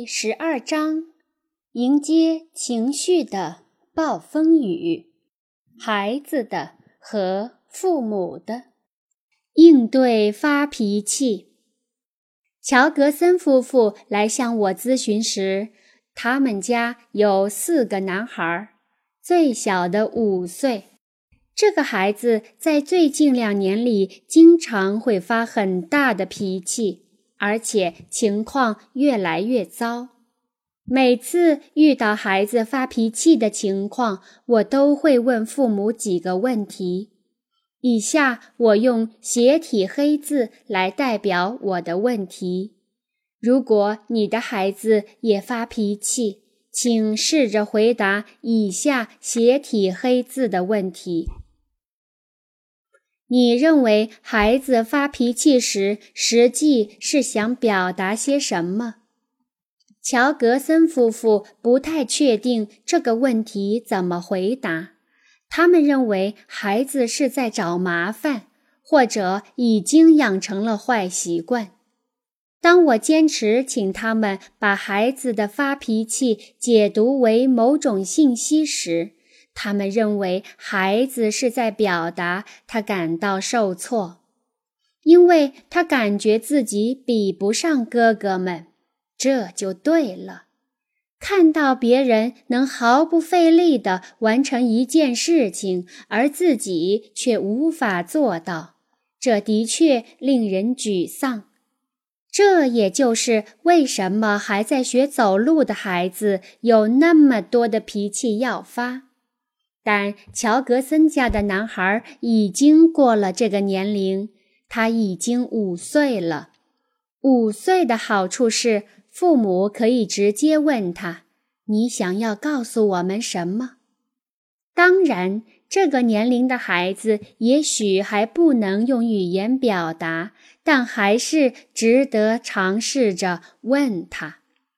第12章，迎接情绪的暴风雨，孩子的和父母的应对发脾气。乔格森夫妇来向我咨询时，他们家有4个男孩，最小的5岁。这个孩子在最近2年里经常会发很大的脾气，而且情况越来越糟。每次遇到孩子发脾气的情况，我都会问父母几个问题。以下我用斜体黑字来代表我的问题。如果你的孩子也发脾气，请试着回答以下斜体黑字的问题。你认为孩子发脾气时，实际是想表达些什么？乔格森夫妇不太确定这个问题怎么回答。他们认为孩子是在找麻烦，或者已经养成了坏习惯。当我坚持请他们把孩子的发脾气解读为某种信息时，他们认为孩子是在表达他感到受挫，因为他感觉自己比不上哥哥们。这就对了。看到别人能毫不费力地完成一件事情，而自己却无法做到，这的确令人沮丧。这也就是为什么还在学走路的孩子有那么多的脾气要发。但乔格森家的男孩已经过了这个年龄，他已经5岁了。5岁的好处是，父母可以直接问他：“你想要告诉我们什么？”当然，这个年龄的孩子也许还不能用语言表达，但还是值得尝试着问他。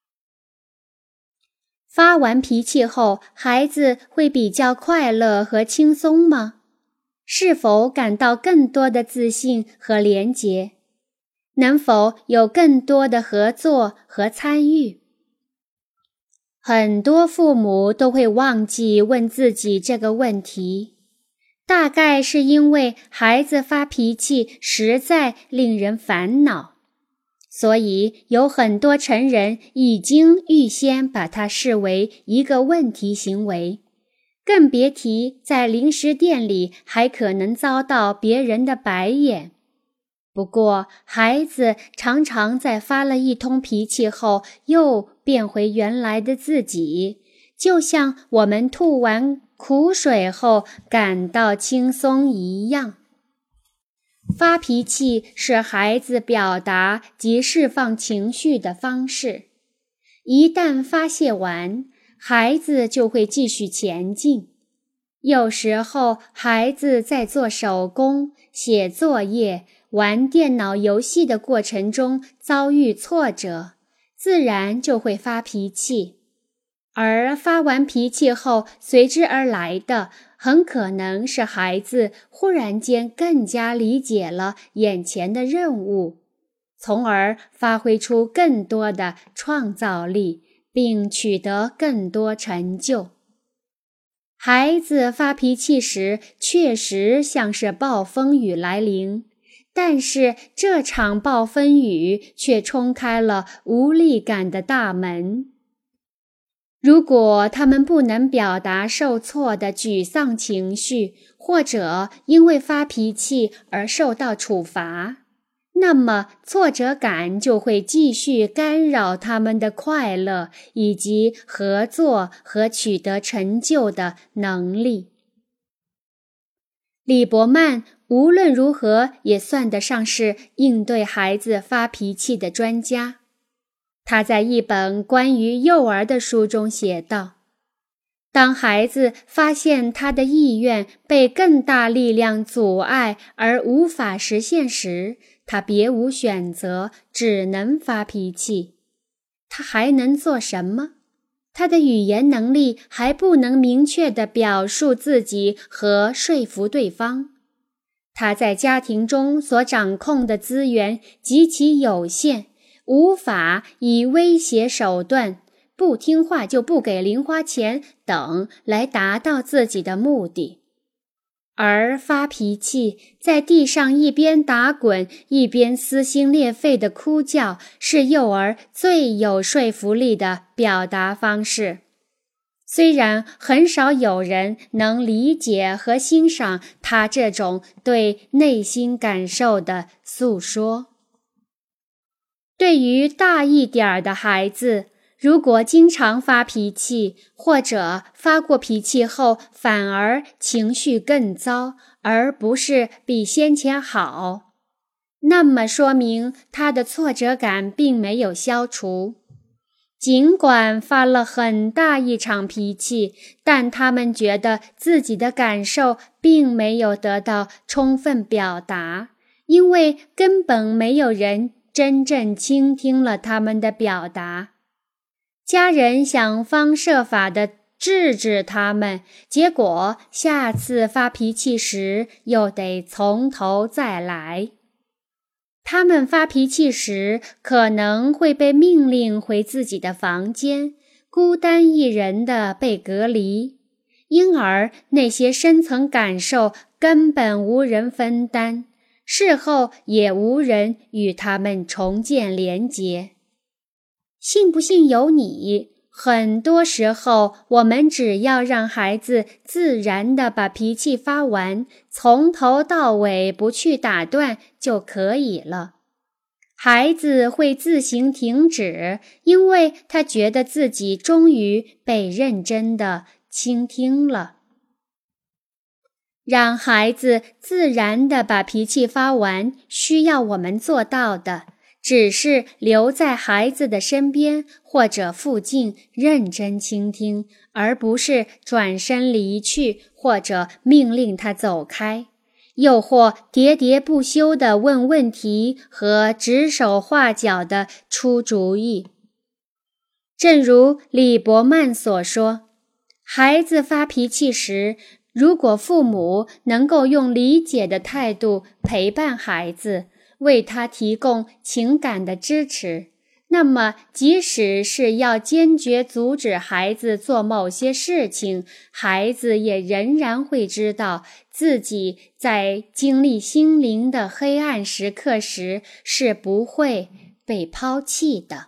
发完脾气后，孩子会比较快乐和轻松吗？是否感到更多的自信和连结？能否有更多的合作和参与？很多父母都会忘记问自己这个问题，大概是因为孩子发脾气实在令人烦恼，所以有很多成人已经预先把它视为一个问题行为，更别提在零食店里还可能遭到别人的白眼。不过，孩子常常在发了一通脾气后，又变回原来的自己，就像我们吐完苦水后感到轻松一样。发脾气是孩子表达及释放情绪的方式。一旦发泄完，孩子就会继续前进。有时候，孩子在做手工、写作业、玩电脑游戏的过程中遭遇挫折，自然就会发脾气。而发完脾气后随之而来的，很可能是孩子忽然间更加理解了眼前的任务，从而发挥出更多的创造力，并取得更多成就。孩子发脾气时，确实像是暴风雨来临，但是这场暴风雨却冲开了无力感的大门。如果他们不能表达受挫的沮丧情绪，或者因为发脾气而受到处罚，那么挫折感就会继续干扰他们的快乐以及合作和取得成就的能力。李伯曼无论如何也算得上是应对孩子发脾气的专家。他在一本关于幼儿的书中写道：当孩子发现他的意愿被更大力量阻碍而无法实现时，他别无选择，只能发脾气。他还能做什么？他的语言能力还不能明确地表述自己和说服对方。他在家庭中所掌控的资源极其有限， 无法以威胁手段，不听话就不给零花钱等来达到自己的目的。而发脾气，在地上一边打滚一边撕心裂肺的哭叫，是幼儿最有说服力的表达方式。虽然很少有人能理解和欣赏他这种对内心感受的诉说。对于大一点的孩子，如果经常发脾气，或者发过脾气后反而情绪更糟，而不是比先前好，那么说明他的挫折感并没有消除。尽管发了很大一场脾气，但他们觉得自己的感受并没有得到充分表达，因为根本没有人真正倾听了他们的表达。家人想方设法地制止他们，结果下次发脾气时又得从头再来。他们发脾气时可能会被命令回自己的房间，孤单一人地被隔离，因而那些深层感受根本无人分担，事后也无人与他们重建连结。信不信由你，很多时候我们只要让孩子自然地把脾气发完，从头到尾不去打断就可以了。孩子会自行停止，因为他觉得自己终于被认真地倾听了。让孩子自然地把脾气发完，需要我们做到的只是留在孩子的身边或者附近认真倾听，而不是转身离去或者命令他走开，又或喋喋不休地问问题和指手画脚地出主意。正如李伯曼所说，孩子发脾气时，如果父母能够用理解的态度陪伴孩子，为他提供情感的支持，那么即使是要坚决阻止孩子做某些事情，孩子也仍然会知道自己在经历心灵的黑暗时刻时是不会被抛弃的。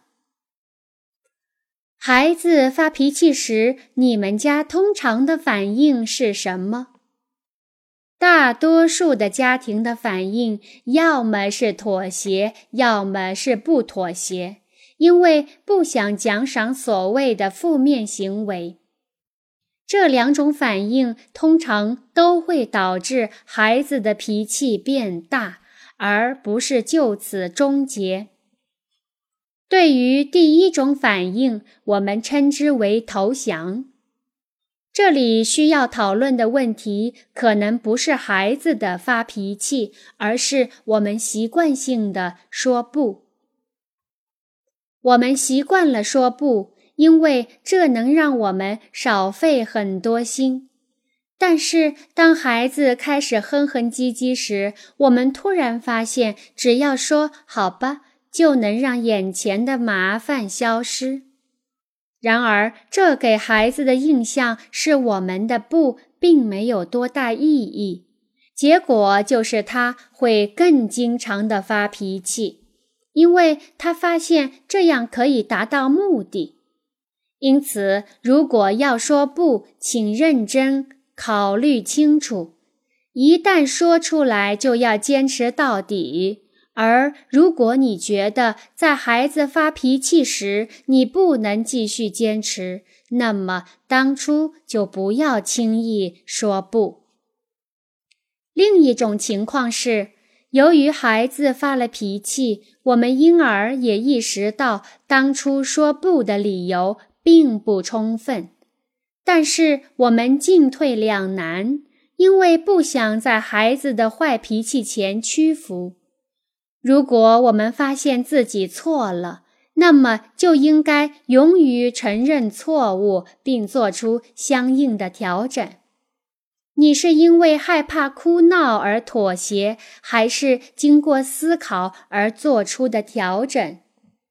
孩子发脾气时，你们家通常的反应是什么？大多数的家庭的反应要么是妥协，要么是不妥协，因为不想奖赏所谓的负面行为。这两种反应通常都会导致孩子的脾气变大，而不是就此终结。对于第一种反应，我们称之为投降。这里需要讨论的问题可能不是孩子的发脾气，而是我们习惯性的说不。我们习惯了说不，因为这能让我们少费很多心。但是当孩子开始哼哼唧唧时，我们突然发现，只要说好吧，就能让眼前的麻烦消失。然而，这给孩子的印象是我们的不并没有多大意义，结果就是他会更经常地发脾气，因为他发现这样可以达到目的。因此，如果要说不，请认真考虑清楚，一旦说出来就要坚持到底。而如果你觉得在孩子发脾气时你不能继续坚持，那么当初就不要轻易说不。另一种情况是，由于孩子发了脾气，我们因而也意识到当初说不的理由并不充分，但是我们进退两难，因为不想在孩子的坏脾气前屈服。如果我们发现自己错了，那么就应该勇于承认错误，并做出相应的调整。你是因为害怕哭闹而妥协，还是经过思考而做出的调整？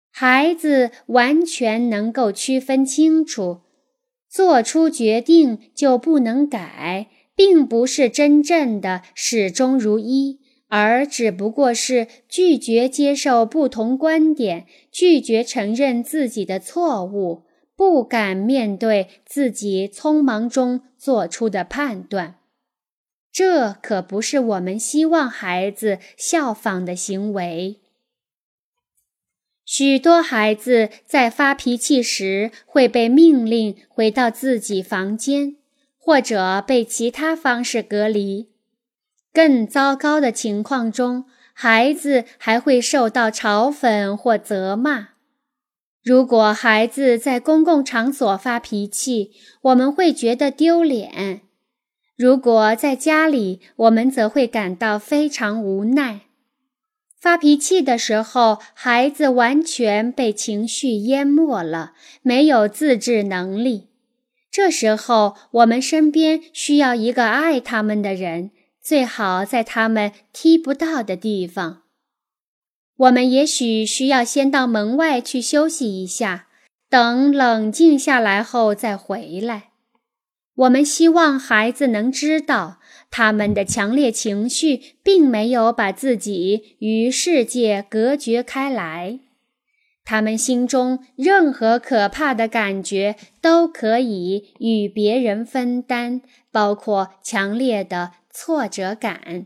孩子完全能够区分清楚，做出决定就不能改，并不是真正的始终如一，而只不过是拒绝接受不同观点，拒绝承认自己的错误，不敢面对自己匆忙中做出的判断。这可不是我们希望孩子效仿的行为。许多孩子在发脾气时会被命令回到自己房间，或者被其他方式隔离。更糟糕的情况中，孩子还会受到嘲讽或责骂。如果孩子在公共场所发脾气，我们会觉得丢脸；如果在家里，我们则会感到非常无奈。发脾气的时候，孩子完全被情绪淹没了，没有自制能力。这时候，我们身边需要一个爱他们的人，最好在他们踢不到的地方。我们也许需要先到门外去休息一下，等冷静下来后再回来。我们希望孩子能知道，他们的强烈情绪并没有把自己与世界隔绝开来。他们心中任何可怕的感觉都可以与别人分担，包括强烈的挫折感。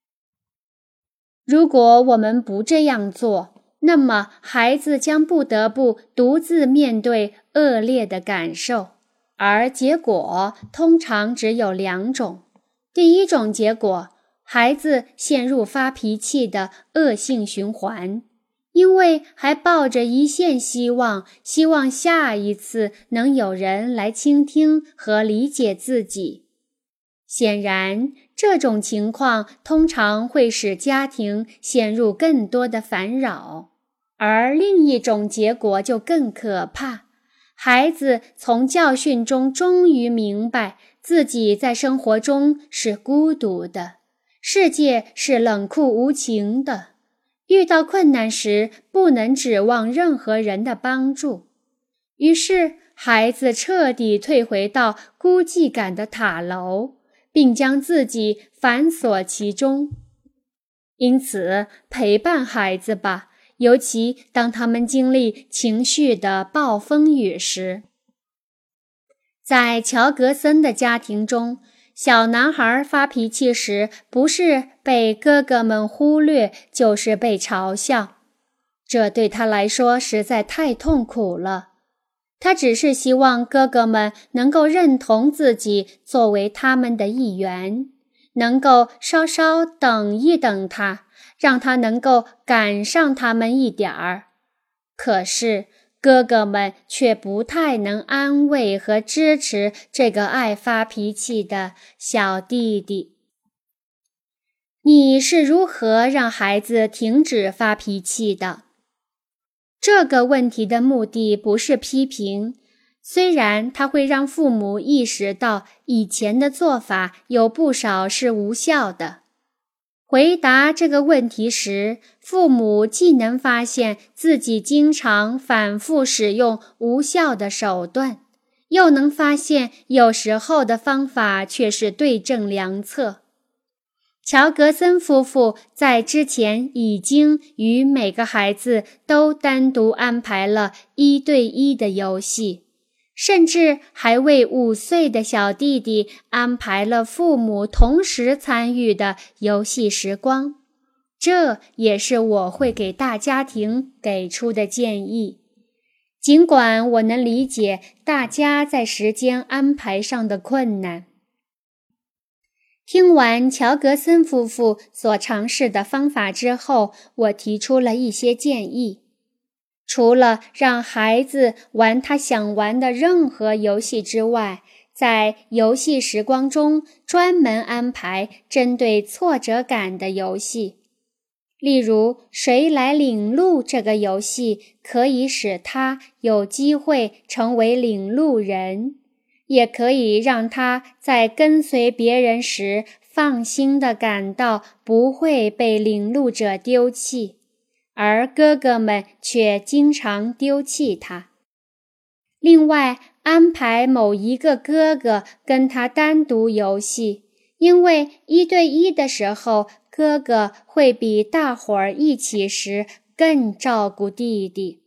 如果我们不这样做，那么孩子将不得不独自面对恶劣的感受。而结果通常只有两种。第一种结果，孩子陷入发脾气的恶性循环，因为还抱着一线希望，希望下一次能有人来倾听和理解自己。显然，这种情况通常会使家庭陷入更多的烦扰。而另一种结果就更可怕。孩子从教训中终于明白，自己在生活中是孤独的，世界是冷酷无情的，遇到困难时不能指望任何人的帮助。于是，孩子彻底退回到孤寂感的塔楼，并将自己反锁其中。因此，陪伴孩子吧，尤其当他们经历情绪的暴风雨时。在乔格森的家庭中，小男孩发脾气时，不是被哥哥们忽略，就是被嘲笑。这对他来说实在太痛苦了。他只是希望哥哥们能够认同自己作为他们的一员，能够稍稍等一等他，让他能够赶上他们一点儿。可是哥哥们却不太能安慰和支持这个爱发脾气的小弟弟。你是如何让孩子停止发脾气的？这个问题的目的不是批评，虽然它会让父母意识到以前的做法有不少是无效的。回答这个问题时，父母既能发现自己经常反复使用无效的手段，又能发现有时候的方法却是对症良策。乔格森夫妇在之前已经与每个孩子都单独安排了1对1的游戏，甚至还为5岁的小弟弟安排了父母同时参与的游戏时光。这也是我会给大家庭给出的建议。尽管我能理解大家在时间安排上的困难。听完乔格森夫妇所尝试的方法之后，我提出了一些建议。除了让孩子玩他想玩的任何游戏之外，在游戏时光中专门安排针对挫折感的游戏。例如，谁来领路这个游戏可以使他有机会成为领路人，也可以让他在跟随别人时放心地感到不会被领路者丢弃。 而哥哥们却经常丢弃他。另外，安排某一个哥哥跟他单独游戏，因为1对1的时候，哥哥会比大伙儿一起时更照顾弟弟。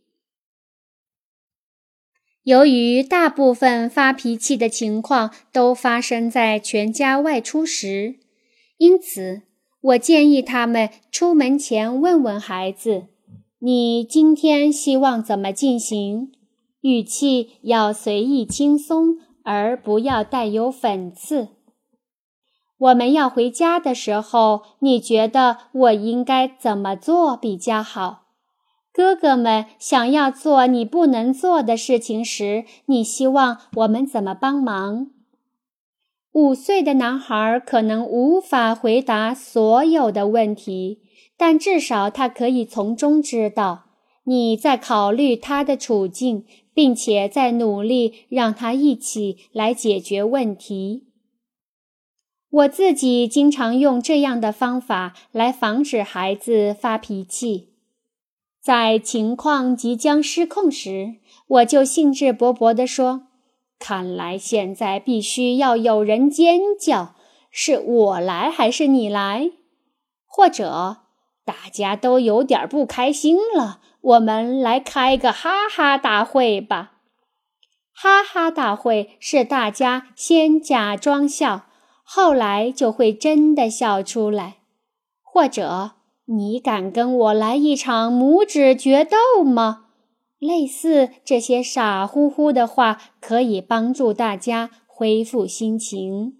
由于大部分发脾气的情况都发生在全家外出时，因此我建议他们出门前问问孩子，你今天希望怎么进行？语气要随意轻松，而不要带有讽刺。我们要回家的时候，你觉得我应该怎么做比较好？哥哥们想要做你不能做的事情时，你希望我们怎么帮忙？5岁的男孩可能无法回答所有的问题，但至少他可以从中知道你在考虑他的处境，并且在努力让他一起来解决问题。我自己经常用这样的方法来防止孩子发脾气。在情况即将失控时，我就兴致勃勃地说，看来现在必须要有人尖叫，是我来还是你来？或者大家都有点不开心了，我们来开个哈哈大会吧。哈哈大会是大家先假装笑，后来就会真的笑出来。或者你敢跟我来一场拇指决斗吗？类似这些傻乎乎的话可以帮助大家恢复心情。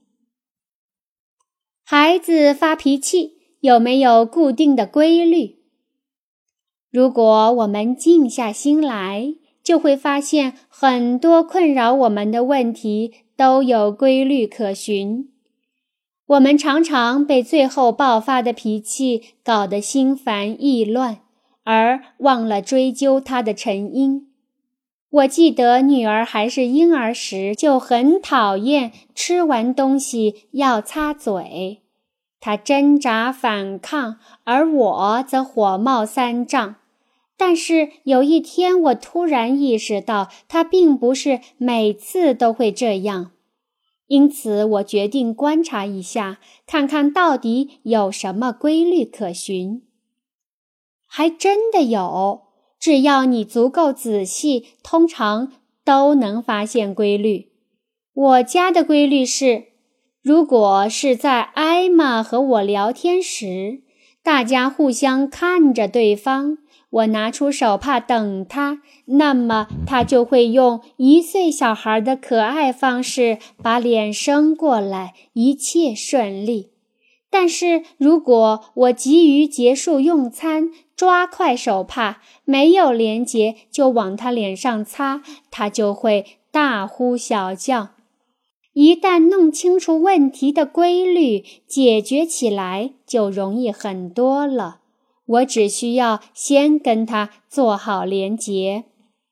孩子发脾气有没有固定的规律？如果我们静下心来，就会发现很多困扰我们的问题都有规律可循。我们常常被最后爆发的脾气搞得心烦意乱，而忘了追究它的成因。我记得女儿还是婴儿时就很讨厌吃完东西要擦嘴，她挣扎反抗，而我则火冒三丈。但是有一天我突然意识到，她并不是每次都会这样。因此我决定观察一下，看看到底有什么规律可循。还真的有，只要你足够仔细，通常都能发现规律。我家的规律是，如果是在艾玛和我聊天时，大家互相看着对方，我拿出手帕等他，那么他就会用1岁小孩的可爱方式把脸伸过来，一切顺利。但是如果我急于结束用餐，抓快手帕，没有连结就往他脸上擦，他就会大呼小叫。一旦弄清楚问题的规律，解决起来就容易很多了。我只需要先跟他做好连结。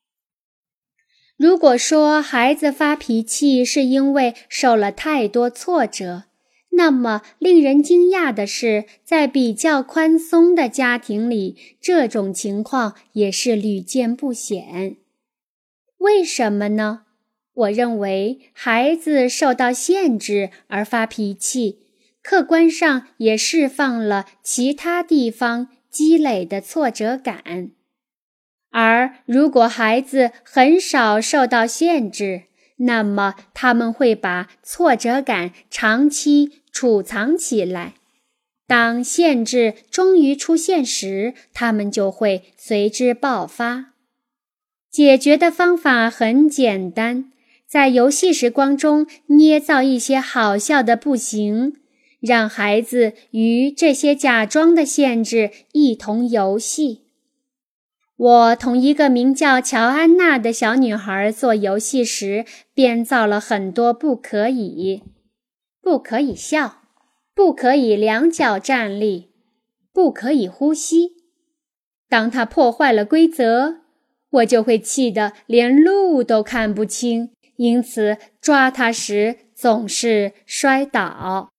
如果说孩子发脾气是因为受了太多挫折，那么令人惊讶的是，在比较宽松的家庭里，这种情况也是屡见不鲜。为什么呢？我认为孩子受到限制而发脾气，客观上也释放了其他地方积累的挫折感。而如果孩子很少受到限制，那么他们会把挫折感长期储藏起来。当限制终于出现时，他们就会随之爆发。解决的方法很简单，在游戏时光中捏造一些好笑的步行，让孩子与这些假装的限制一同游戏。我同一个名叫乔安娜的小女孩做游戏时，编造了很多不可以笑，不可以两脚站立，不可以呼吸。当她破坏了规则，我就会气得连路都看不清，因此抓她时总是摔倒。